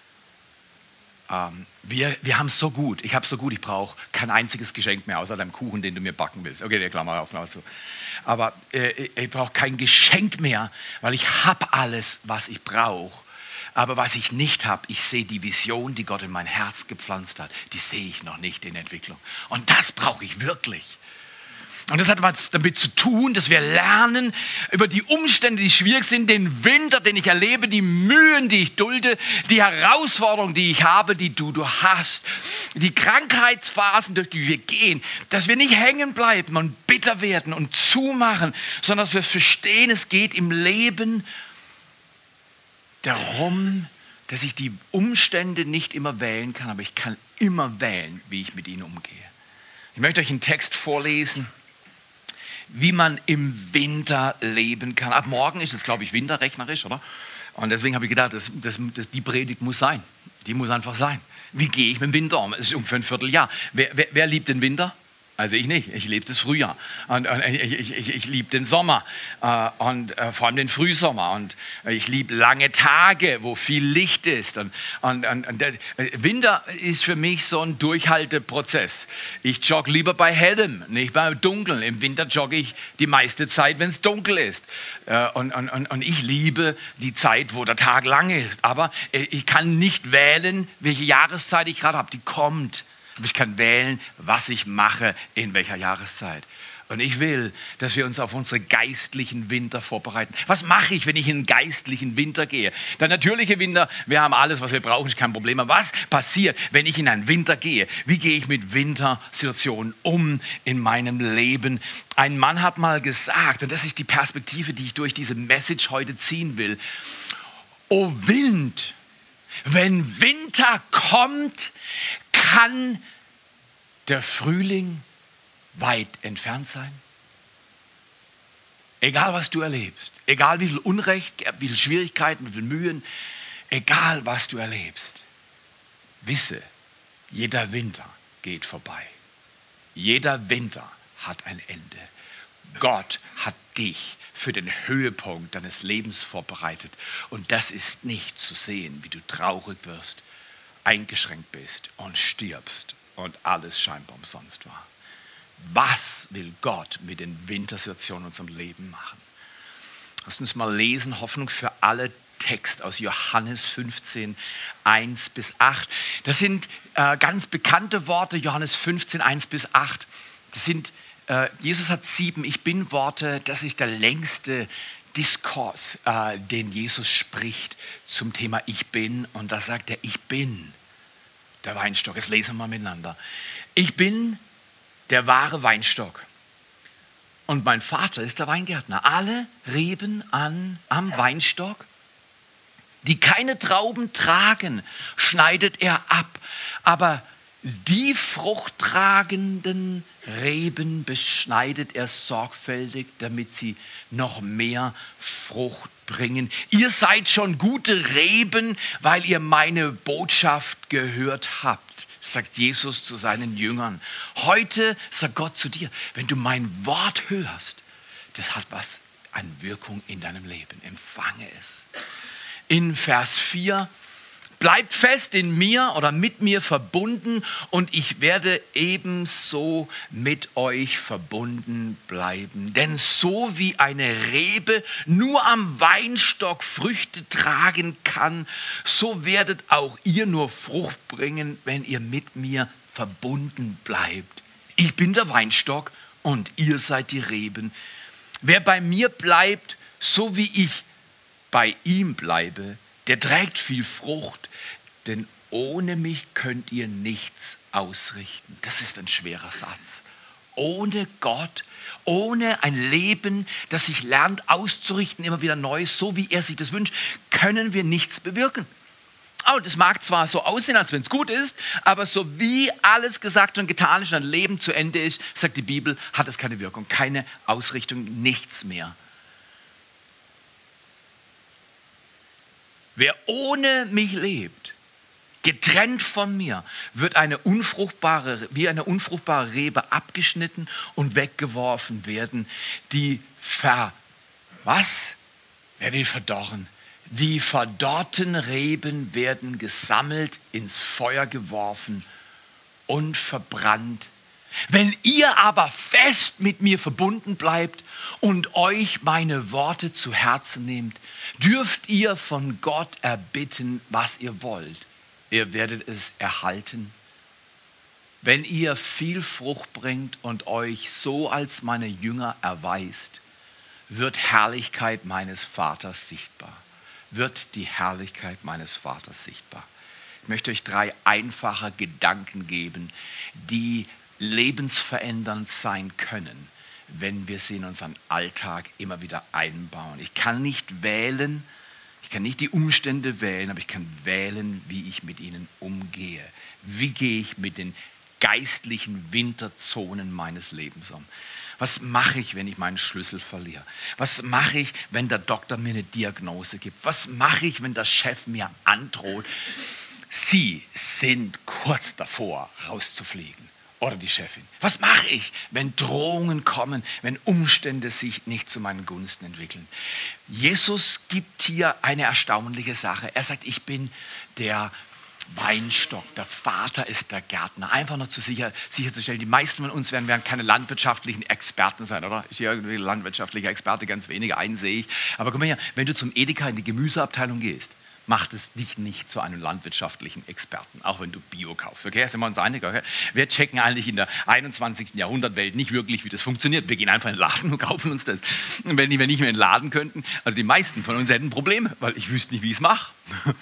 Wir haben es so gut. Ich habe es so gut, ich brauche kein einziges Geschenk mehr, außer deinem Kuchen, den du mir backen willst. Okay, der Klammer auf. Also. Aber ich brauche kein Geschenk mehr, weil ich habe alles, was ich brauche. Aber was ich nicht habe, ich sehe die Vision, die Gott in mein Herz gepflanzt hat, die sehe ich noch nicht in Entwicklung. Und das brauche ich wirklich. Und das hat was damit zu tun, dass wir lernen, über die Umstände, die schwierig sind, den Winter, den ich erlebe, die Mühen, die ich dulde, die Herausforderungen, die ich habe, die du hast, die Krankheitsphasen, durch die wir gehen, dass wir nicht hängen bleiben und bitter werden und zumachen, sondern dass wir verstehen, es geht im Leben darum, dass ich die Umstände nicht immer wählen kann, aber ich kann immer wählen, wie ich mit ihnen umgehe. Ich möchte euch einen Text vorlesen, wie man im Winter leben kann. Ab morgen ist es, glaube ich, winterrechnerisch, oder? Und deswegen habe ich gedacht, die Predigt muss sein. Die muss einfach sein. Wie gehe ich mit dem Winter um? Es ist ungefähr ein Vierteljahr. Wer liebt den Winter? Also ich nicht, ich liebe das Frühjahr und ich liebe den Sommer und vor allem den Frühsommer und ich liebe lange Tage, wo viel Licht ist und der Winter ist für mich so ein Durchhalteprozess. Ich jogge lieber bei hellem, nicht bei dunkeln. Im Winter jogge ich die meiste Zeit, wenn es dunkel ist und ich liebe die Zeit, wo der Tag lang ist, aber ich kann nicht wählen, welche Jahreszeit ich gerade habe, die kommt. Aber ich kann wählen, was ich mache, in welcher Jahreszeit. Und ich will, dass wir uns auf unsere geistlichen Winter vorbereiten. Was mache ich, wenn ich in einen geistlichen Winter gehe? Der natürliche Winter, wir haben alles, was wir brauchen, ist kein Problem. Aber was passiert, wenn ich in einen Winter gehe? Wie gehe ich mit Wintersituationen um in meinem Leben? Ein Mann hat mal gesagt, und das ist die Perspektive, die ich durch diese Message heute ziehen will. O Wind, wenn Winter kommt, kann der Frühling weit entfernt sein? Egal, was du erlebst, egal wie viel Unrecht, wie viele Schwierigkeiten, wie viele Mühen, egal, was du erlebst, wisse, jeder Winter geht vorbei. Jeder Winter hat ein Ende. Gott hat dich für den Höhepunkt deines Lebens vorbereitet. Und das ist nicht zu sehen, wie du traurig wirst, eingeschränkt bist und stirbst und alles scheinbar umsonst war. Was will Gott mit den Wintersituationen in unserem Leben machen? Lass uns mal lesen, Hoffnung für alle, Text aus Johannes 15, 1-8. Das sind ganz bekannte Worte, Johannes 15, 1-8. Das sind, Jesus hat 7 Ich bin Worte, das ist der längste Diskurs, den Jesus spricht zum Thema Ich bin. Und da sagt er, ich bin der Weinstock. Jetzt lesen wir mal miteinander. Ich bin der wahre Weinstock und mein Vater ist der Weingärtner. Alle Reben am Weinstock, die keine Trauben tragen, schneidet er ab. Aber die fruchttragenden Reben beschneidet er sorgfältig, damit sie noch mehr Frucht bringen. Ihr seid schon gute Reben, weil ihr meine Botschaft gehört habt, sagt Jesus zu seinen Jüngern. Heute sagt Gott zu dir, wenn du mein Wort hörst, das hat was an Wirkung in deinem Leben. Empfange es. In Vers 4, bleibt fest in mir oder mit mir verbunden und ich werde ebenso mit euch verbunden bleiben. Denn so wie eine Rebe nur am Weinstock Früchte tragen kann, so werdet auch ihr nur Frucht bringen, wenn ihr mit mir verbunden bleibt. Ich bin der Weinstock und ihr seid die Reben. Wer bei mir bleibt, so wie ich bei ihm bleibe, der trägt viel Frucht, denn ohne mich könnt ihr nichts ausrichten. Das ist ein schwerer Satz. Ohne Gott, ohne ein Leben, das sich lernt auszurichten, immer wieder neu, so wie er sich das wünscht, können wir nichts bewirken. Oh, das mag zwar so aussehen, als wenn es gut ist, aber so wie alles gesagt und getan ist und ein Leben zu Ende ist, sagt die Bibel, hat es keine Wirkung, keine Ausrichtung, nichts mehr. Wer ohne mich lebt, getrennt von mir, wird wie eine unfruchtbare Rebe abgeschnitten und weggeworfen werden. Wer will verdorren? Die verdorrten Reben werden gesammelt, ins Feuer geworfen und verbrannt. Wenn ihr aber fest mit mir verbunden bleibt und euch meine Worte zu Herzen nehmt, dürft ihr von Gott erbitten, was ihr wollt. Ihr werdet es erhalten. wenn ihr viel Frucht bringt und euch so als meine Jünger erweist, wird Herrlichkeit meines Vaters sichtbar. Wird die Herrlichkeit meines Vaters sichtbar. Ich möchte euch 3 einfache Gedanken geben, die lebensverändernd sein können, wenn wir sie in unseren Alltag immer wieder einbauen. Ich kann nicht wählen, ich kann nicht die Umstände wählen, aber ich kann wählen, wie ich mit ihnen umgehe. Wie gehe ich mit den geistlichen Winterzonen meines Lebens um? Was mache ich, wenn ich meinen Schlüssel verliere? Was mache ich, wenn der Doktor mir eine Diagnose gibt? Was mache ich, wenn der Chef mir androht? Sie sind kurz davor, rauszufliegen. Oder die Chefin. Was mache ich, wenn Drohungen kommen, wenn Umstände sich nicht zu meinen Gunsten entwickeln? Jesus gibt hier eine erstaunliche Sache. Er sagt, ich bin der Weinstock, der Vater ist der Gärtner. Einfach nur sicherzustellen, die meisten von uns werden keine landwirtschaftlichen Experten sein, oder? Ist hier irgendwie landwirtschaftlicher Experte, ganz wenige, einen sehe ich. Aber guck mal hier, wenn du zum Edeka in die Gemüseabteilung gehst, macht es dich nicht zu einem landwirtschaftlichen Experten, auch wenn du Bio kaufst. Okay, sind wir uns einig? Okay? Wir checken eigentlich in der 21. Jahrhundertwelt nicht wirklich, wie das funktioniert. Wir gehen einfach in den Laden und kaufen uns das. Und wenn wir nicht mehr in den Laden könnten, also die meisten von uns hätten Probleme, weil ich wüsste nicht, wie ich es mache.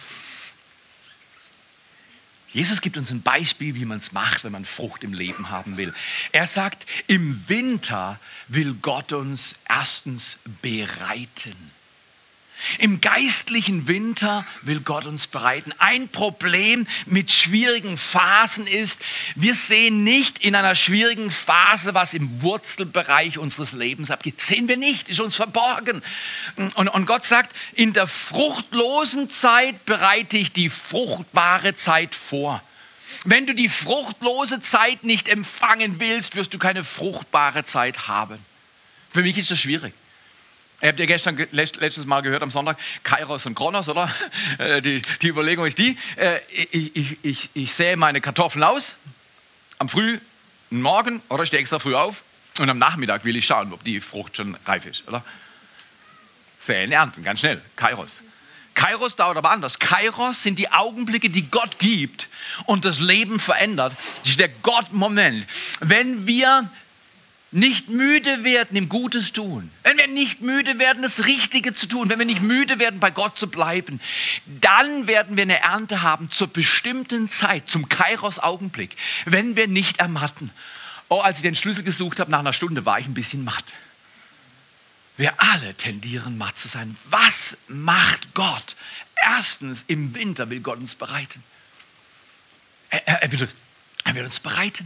Jesus gibt uns ein Beispiel, wie man es macht, wenn man Frucht im Leben haben will. Er sagt, im Winter will Gott uns erstens bereiten. Im geistlichen Winter will Gott uns bereiten. Ein Problem mit schwierigen Phasen ist, wir sehen nicht in einer schwierigen Phase, was im Wurzelbereich unseres Lebens abgeht. Sehen wir nicht, ist uns verborgen. Und Gott sagt, in der fruchtlosen Zeit bereite ich die fruchtbare Zeit vor. Wenn du die fruchtlose Zeit nicht empfangen willst, wirst du keine fruchtbare Zeit haben. Für mich ist das schwierig. Ihr habt ja letztes Mal gehört am Sonntag, Kairos und Kronos, oder? Die Überlegung ist die, ich sähe meine Kartoffeln aus am frühen Morgen, oder ich stehe extra früh auf und am Nachmittag will ich schauen, ob die Frucht schon reif ist, oder? Säen, ernten, ganz schnell, Kairos. Kairos dauert aber anders. Kairos sind die Augenblicke, die Gott gibt und das Leben verändert. Das ist der Gott-Moment. Wenn wir nicht müde werden im Gutes tun, wenn wir nicht müde werden, das Richtige zu tun, wenn wir nicht müde werden, bei Gott zu bleiben, dann werden wir eine Ernte haben zur bestimmten Zeit, zum Kairos-Augenblick, wenn wir nicht ermatten. Oh, als ich den Schlüssel gesucht habe, nach einer Stunde war ich ein bisschen matt. Wir alle tendieren matt zu sein. Was macht Gott? Erstens, im Winter will Gott uns bereiten. Er will uns bereiten.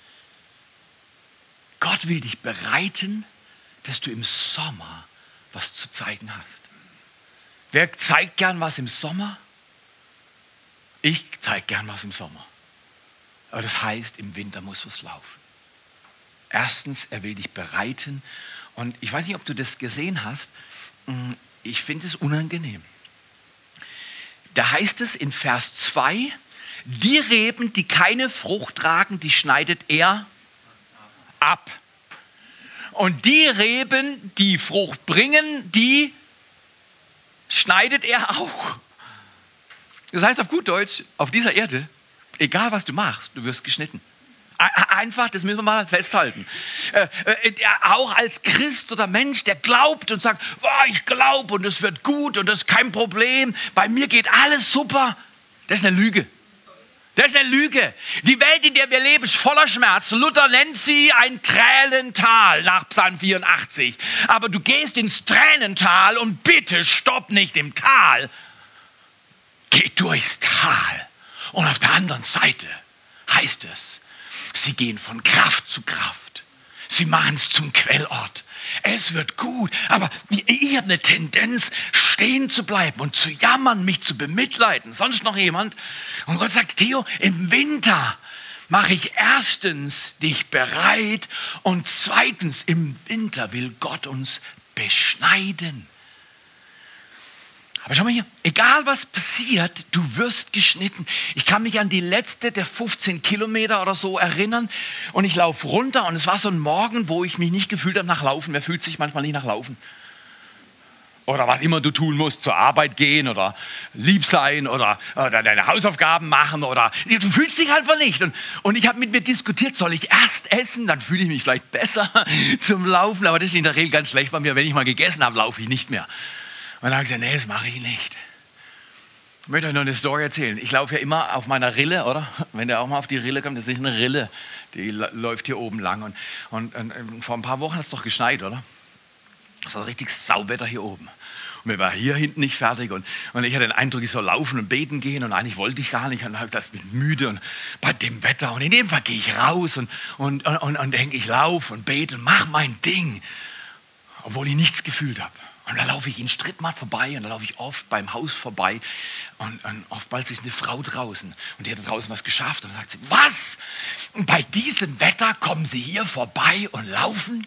Gott will dich bereiten, dass du im Sommer was zu zeigen hast. Wer zeigt gern was im Sommer? Ich zeige gern was im Sommer. Aber das heißt, im Winter muss was laufen. Erstens, er will dich bereiten. Und ich weiß nicht, ob du das gesehen hast. Ich finde es unangenehm. Da heißt es in Vers 2, die Reben, die keine Frucht tragen, die schneidet er ab. Und die Reben, die Frucht bringen, die schneidet er auch. Das heißt auf gut Deutsch, auf dieser Erde, egal was du machst, du wirst geschnitten. Einfach, das müssen wir mal festhalten. Auch als Christ oder Mensch, der glaubt und sagt, oh, ich glaube und es wird gut und das ist kein Problem, bei mir geht alles super, das ist eine Lüge. Das ist eine Lüge. Die Welt, in der wir leben, ist voller Schmerz. Luther nennt sie ein Tränental nach Psalm 84. Aber du gehst ins Tränental und bitte stopp nicht im Tal. Geh durchs Tal. Und auf der anderen Seite heißt es, sie gehen von Kraft zu Kraft. Sie machen es zum Quellort. Es wird gut, aber ich habe eine Tendenz, stehen zu bleiben und zu jammern, mich zu bemitleiden. Sonst noch jemand? Und Gott sagt, Theo, im Winter mache ich erstens dich bereit und zweitens, im Winter will Gott uns beschneiden. Aber schau mal hier, egal was passiert, du wirst geschnitten. Ich kann mich an die letzte der 15 Kilometer oder so erinnern und ich laufe runter und es war so ein Morgen, wo ich mich nicht gefühlt habe nach Laufen. Wer fühlt sich manchmal nicht nach Laufen? oder was immer du tun musst, zur Arbeit gehen oder lieb sein oder deine Hausaufgaben machen oder du fühlst dich einfach nicht. Und ich habe mit mir diskutiert, soll ich erst essen, dann fühle ich mich vielleicht besser zum Laufen, aber das ist in der Regel ganz schlecht bei mir. Wenn ich mal gegessen habe, laufe ich nicht mehr. Und dann habe ich gesagt, nee, das mache ich nicht. Ich möchte euch noch eine Story erzählen. Ich laufe ja immer auf meiner Rille, oder? Wenn der auch mal auf die Rille kommt, das ist eine Rille, die läuft hier oben lang. Und vor ein paar Wochen hat es doch geschneit, oder? Das war richtig Sauwetter hier oben. Und wir waren hier hinten nicht fertig. Und ich hatte den Eindruck, ich soll laufen und beten gehen. Und eigentlich wollte ich gar nicht. Und ich bin müde und bei dem Wetter. Und in dem Fall gehe ich raus und denke, ich laufe und bete und mache mein Ding. Obwohl ich nichts gefühlt habe. Und da laufe ich in Strittmatt vorbei und da laufe ich oft beim Haus vorbei und oftmals ist eine Frau draußen und die hat draußen was geschafft und dann sagt sie, was? Und bei diesem Wetter kommen Sie hier vorbei und laufen?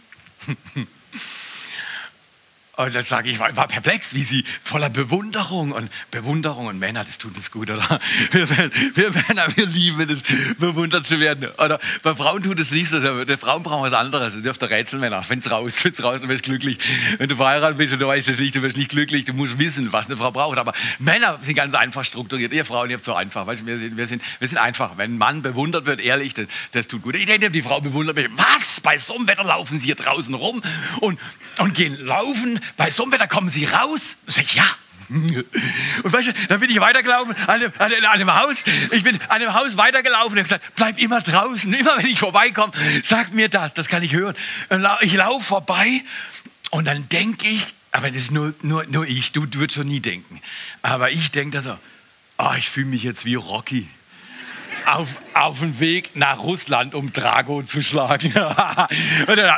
Und dann sage ich, war perplex, wie sie voller Bewunderung und Männer, das tut uns gut, oder? Wir Männer, wir lieben es, bewundert zu werden. Oder bei Frauen tut es nicht so, die Frauen brauchen was anderes, du dürft rätseln, Männer, find's raus, du wirst glücklich. Wenn du verheiratet bist und du weißt es nicht, du wirst nicht glücklich, du musst wissen, was eine Frau braucht. Aber Männer sind ganz einfach strukturiert, ihr Frauen, ihr habt so einfach, weißt du, wir sind einfach. Wenn ein Mann bewundert wird, ehrlich, das tut gut. Ich denke, die Frau bewundert mich, was, bei so einem Wetter laufen sie hier draußen rum und gehen laufen, bei so einem Wetter kommen Sie raus? Sag ich, ja. Und weißt du, dann bin ich weitergelaufen an dem Haus. Ich bin an dem Haus weitergelaufen und habe gesagt, bleib immer draußen. Immer wenn ich vorbeikomme, sag mir das kann ich hören. Ich laufe vorbei und dann denke ich, aber das ist nur ich, du würdest schon nie denken. Aber ich denke da so, ich fühle mich jetzt wie Rocky. Auf dem Weg nach Russland, um Drago zu schlagen. Und dann,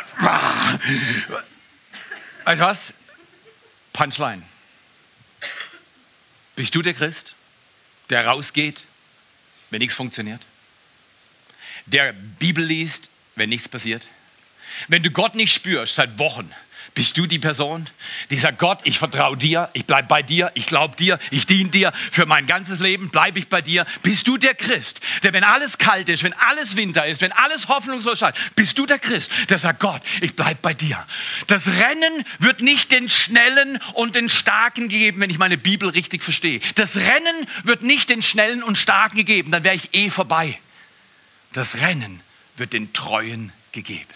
weißt du was? Punchline. Bist du der Christ, der rausgeht, wenn nichts funktioniert? Der Bibel liest, wenn nichts passiert? Wenn du Gott nicht spürst seit Wochen, bist du die Person, die sagt, Gott, ich vertraue dir, ich bleibe bei dir, ich glaube dir, ich diene dir, für mein ganzes Leben bleibe ich bei dir. Bist du der Christ, der, wenn alles kalt ist, wenn alles Winter ist, wenn alles hoffnungslos scheint, bist du der Christ, der sagt, Gott, ich bleibe bei dir. Das Rennen wird nicht den Schnellen und den Starken gegeben, wenn ich meine Bibel richtig verstehe. Das Rennen wird nicht den Schnellen und Starken gegeben, dann wäre ich vorbei. Das Rennen wird den Treuen gegeben.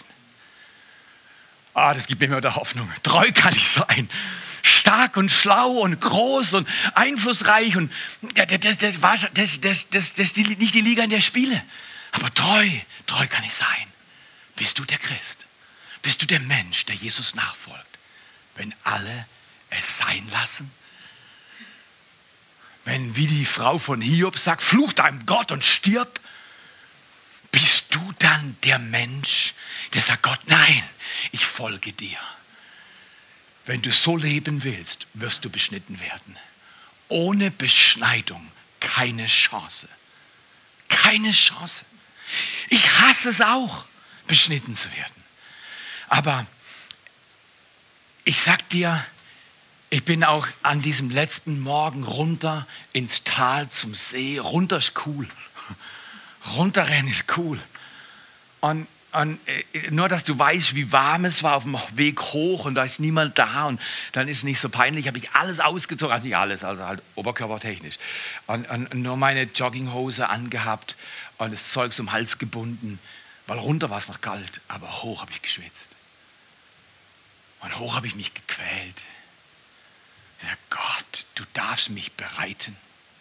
Das gibt mir immer der Hoffnung. Treu kann ich sein. Stark und schlau und groß und einflussreich. Und das ist nicht die Liga, in der ich spiele. Aber treu kann ich sein. Bist du der Christ? Bist du der Mensch, der Jesus nachfolgt? Wenn alle es sein lassen? Wenn, wie die Frau von Hiob sagt, fluch deinem Gott und stirb? Bist du dann der Mensch, der sagt, Gott, nein, ich folge dir. Wenn du so leben willst, wirst du beschnitten werden. Ohne Beschneidung keine Chance. Keine Chance. Ich hasse es auch, beschnitten zu werden. Aber ich sag dir, ich bin auch an diesem letzten Morgen runter ins Tal zum See. Runter ist cool. Runterrennen ist cool. Und nur, dass du weißt, wie warm es war auf dem Weg hoch und da ist niemand da und dann ist es nicht so peinlich, habe ich alles ausgezogen, also nicht alles, also halt oberkörpertechnisch. Und nur meine Jogginghose angehabt und das Zeug um den Hals gebunden, weil runter war es noch kalt, aber hoch habe ich geschwitzt. Und hoch habe ich mich gequält. Ja Gott, du darfst mich bereiten.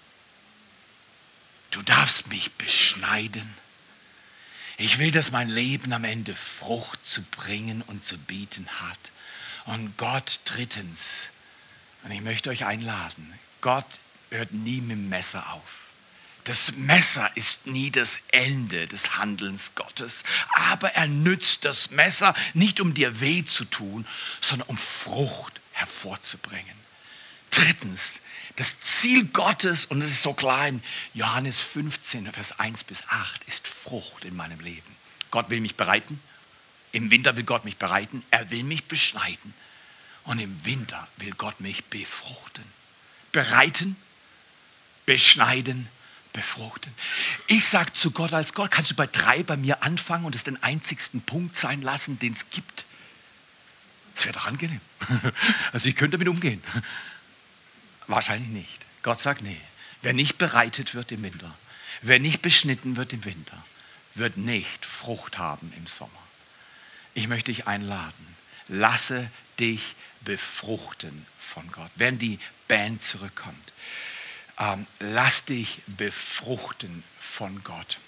Du darfst mich beschneiden. Ich will, dass mein Leben am Ende Frucht zu bringen und zu bieten hat. Und Gott, drittens, und ich möchte euch einladen, Gott hört nie mit dem Messer auf. Das Messer ist nie das Ende des Handelns Gottes, aber er nützt das Messer nicht, um dir weh zu tun, sondern um Frucht hervorzubringen. Drittens, das Ziel Gottes, und es ist so klein, Johannes 15, Vers 1 bis 8, ist Frucht in meinem Leben. Gott will mich bereiten. Im Winter will Gott mich bereiten. Er will mich beschneiden. Und im Winter will Gott mich befruchten. Bereiten, beschneiden, befruchten. Ich sage zu Gott als Gott, kannst du bei 3 bei mir anfangen und es den einzigsten Punkt sein lassen, den es gibt? Das wäre doch angenehm. Also ich könnte damit umgehen. Wahrscheinlich nicht. Gott sagt, nee. Wer nicht bereitet wird im Winter, wer nicht beschnitten wird im Winter, wird nicht Frucht haben im Sommer. Ich möchte dich einladen. Lasse dich befruchten von Gott. Wenn die Band zurückkommt, lass dich befruchten von Gott.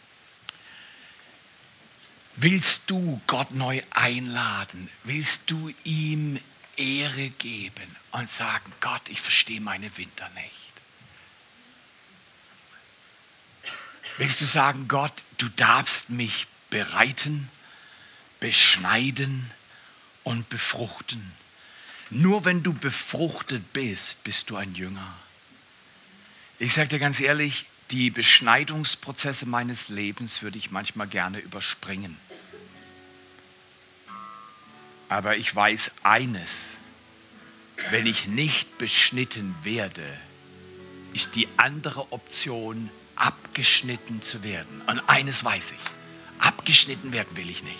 Willst du Gott neu einladen? Willst du ihm Ehre geben und sagen, Gott, ich verstehe meine Winter nicht? Willst du sagen, Gott, du darfst mich bereiten, beschneiden und befruchten? Nur wenn du befruchtet bist, bist du ein Jünger. Ich sage dir ganz ehrlich, die Beschneidungsprozesse meines Lebens würde ich manchmal gerne überspringen. Aber ich weiß eines, wenn ich nicht beschnitten werde, ist die andere Option, abgeschnitten zu werden. Und eines weiß ich, abgeschnitten werden will ich nicht.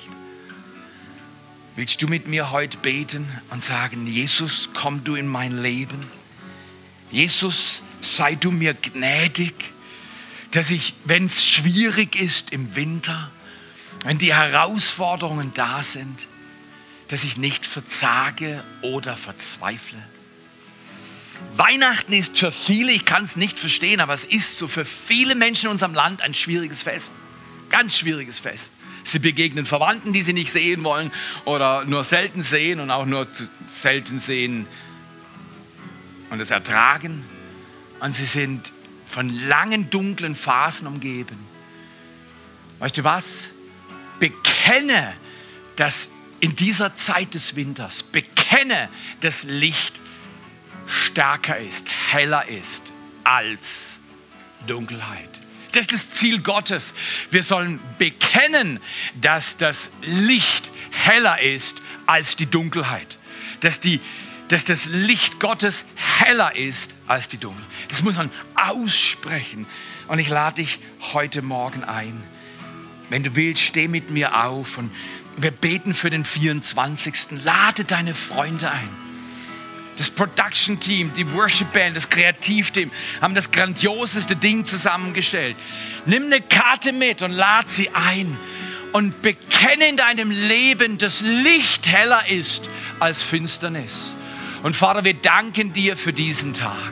Willst du mit mir heute beten und sagen, Jesus, komm du in mein Leben? Jesus, sei du mir gnädig, dass ich, wenn es schwierig ist im Winter, wenn die Herausforderungen da sind, dass ich nicht verzage oder verzweifle. Weihnachten ist für viele, ich kann es nicht verstehen, aber es ist so für viele Menschen in unserem Land ein schwieriges Fest. Ganz schwieriges Fest. Sie begegnen Verwandten, die sie nicht sehen wollen oder nur selten sehen und auch nur selten sehen und es ertragen. Und sie sind von langen, dunklen Phasen umgeben. Weißt du was? Bekenne, dass in dieser Zeit des Winters, bekenne, dass Licht stärker ist, heller ist als Dunkelheit. Das ist das Ziel Gottes. Wir sollen bekennen, dass das Licht heller ist als die Dunkelheit. Dass das Licht Gottes heller ist als die Dunkelheit. Das muss man aussprechen. Und ich lade dich heute Morgen ein. Wenn du willst, steh mit mir auf und wir beten für den 24. Lade deine Freunde ein. Das Production-Team, die Worship-Band, das Kreativteam haben das grandioseste Ding zusammengestellt. Nimm eine Karte mit und lad sie ein und bekenne in deinem Leben, dass Licht heller ist als Finsternis. Und Vater, wir danken dir für diesen Tag.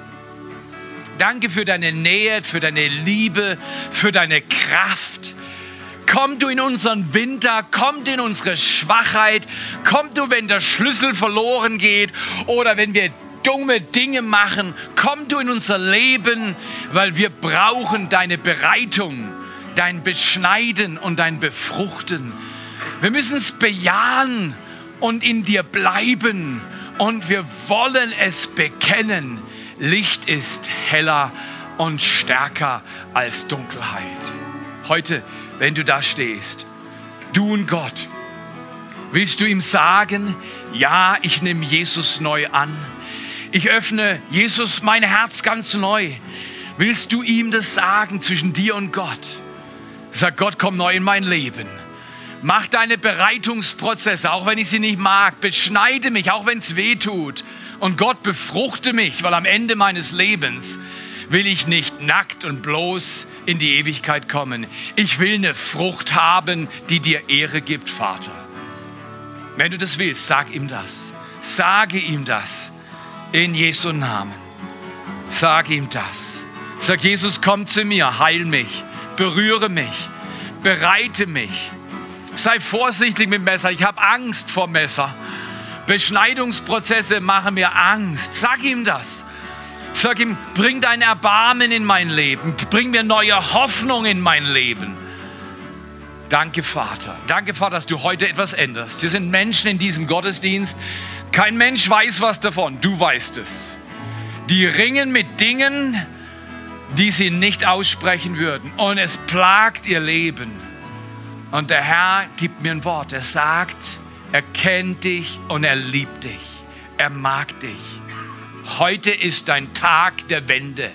Danke für deine Nähe, für deine Liebe, für deine Kraft. Komm du in unseren Winter, komm du in unsere Schwachheit, komm du, wenn der Schlüssel verloren geht oder wenn wir dumme Dinge machen, komm du in unser Leben, weil wir brauchen deine Bereitung, dein Beschneiden und dein Befruchten. Wir müssen es bejahen und in dir bleiben und wir wollen es bekennen. Licht ist heller und stärker als Dunkelheit. Heute, wenn du da stehst, du und Gott, willst du ihm sagen, ja, ich nehme Jesus neu an. Ich öffne Jesus mein Herz ganz neu. Willst du ihm das sagen zwischen dir und Gott? Sag, Gott, komm neu in mein Leben. Mach deine Bereitungsprozesse, auch wenn ich sie nicht mag. Beschneide mich, auch wenn es weh tut. Und Gott, befruchte mich, weil am Ende meines Lebens will ich nicht nackt und bloß in die Ewigkeit kommen. Ich will eine Frucht haben, die dir Ehre gibt, Vater. Wenn du das willst, sag ihm das. Sage ihm das. In Jesu Namen. Sag ihm das. Sag, Jesus, komm zu mir, heil mich, berühre mich, bereite mich. Sei vorsichtig mit dem Messer. Ich habe Angst vor Messer. Beschneidungsprozesse machen mir Angst. Sag ihm das. Sag ihm, bring dein Erbarmen in mein Leben. Bring mir neue Hoffnung in mein Leben. Danke, Vater. Danke, Vater, dass du heute etwas änderst. Hier sind Menschen in diesem Gottesdienst. Kein Mensch weiß was davon. Du weißt es. Die ringen mit Dingen, die sie nicht aussprechen würden. Und es plagt ihr Leben. Und der Herr gibt mir ein Wort. Er sagt, er kennt dich und er liebt dich. Er mag dich. Heute ist dein Tag der Wende.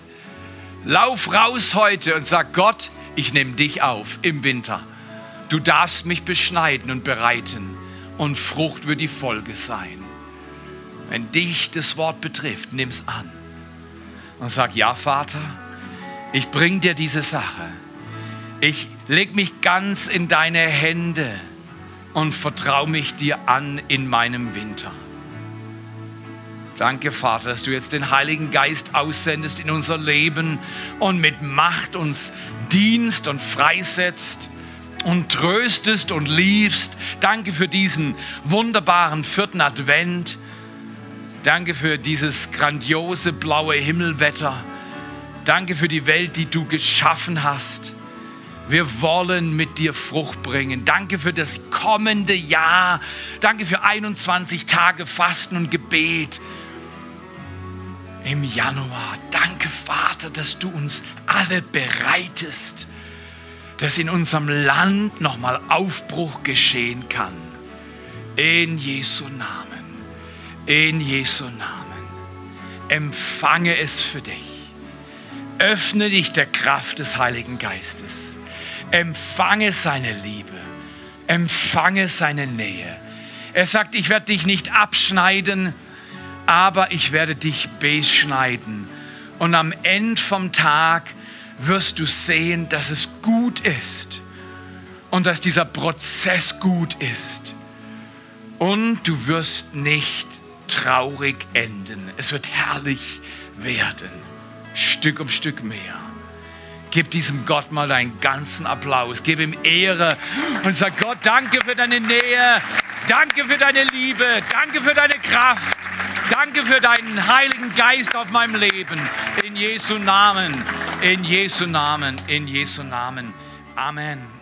Lauf raus heute und sag, Gott, ich nehme dich auf im Winter. Du darfst mich beschneiden und bereiten. und Frucht wird die Folge sein. Wenn dich das Wort betrifft, nimm's an und sag, ja Vater, ich bring dir diese Sache. Ich leg mich ganz in deine Hände und vertraue mich dir an in meinem Winter. Danke, Vater, dass du jetzt den Heiligen Geist aussendest in unser Leben und mit Macht uns dienst und freisetzt und tröstest und liebst. Danke für diesen wunderbaren 4. Advent. Danke für dieses grandiose blaue Himmelwetter. Danke für die Welt, die du geschaffen hast. Wir wollen mit dir Frucht bringen. Danke für das kommende Jahr. Danke für 21 Tage Fasten und Gebet im Januar. Danke, Vater, dass du uns alle bereitest, dass in unserem Land nochmal Aufbruch geschehen kann. In Jesu Namen. In Jesu Namen. Empfange es für dich. Öffne dich der Kraft des Heiligen Geistes. Empfange seine Liebe. Empfange seine Nähe. Er sagt, ich werde dich nicht abschneiden, aber ich werde dich beschneiden. Und am Ende vom Tag wirst du sehen, dass es gut ist und dass dieser Prozess gut ist. Und du wirst nicht traurig enden. Es wird herrlich werden, Stück um Stück mehr. Gib diesem Gott mal deinen ganzen Applaus. Gib ihm Ehre und sag, Gott, danke für deine Nähe. Danke für deine Liebe. Danke für deine Kraft. Danke für deinen Heiligen Geist auf meinem Leben. In Jesu Namen. In Jesu Namen. In Jesu Namen. Amen.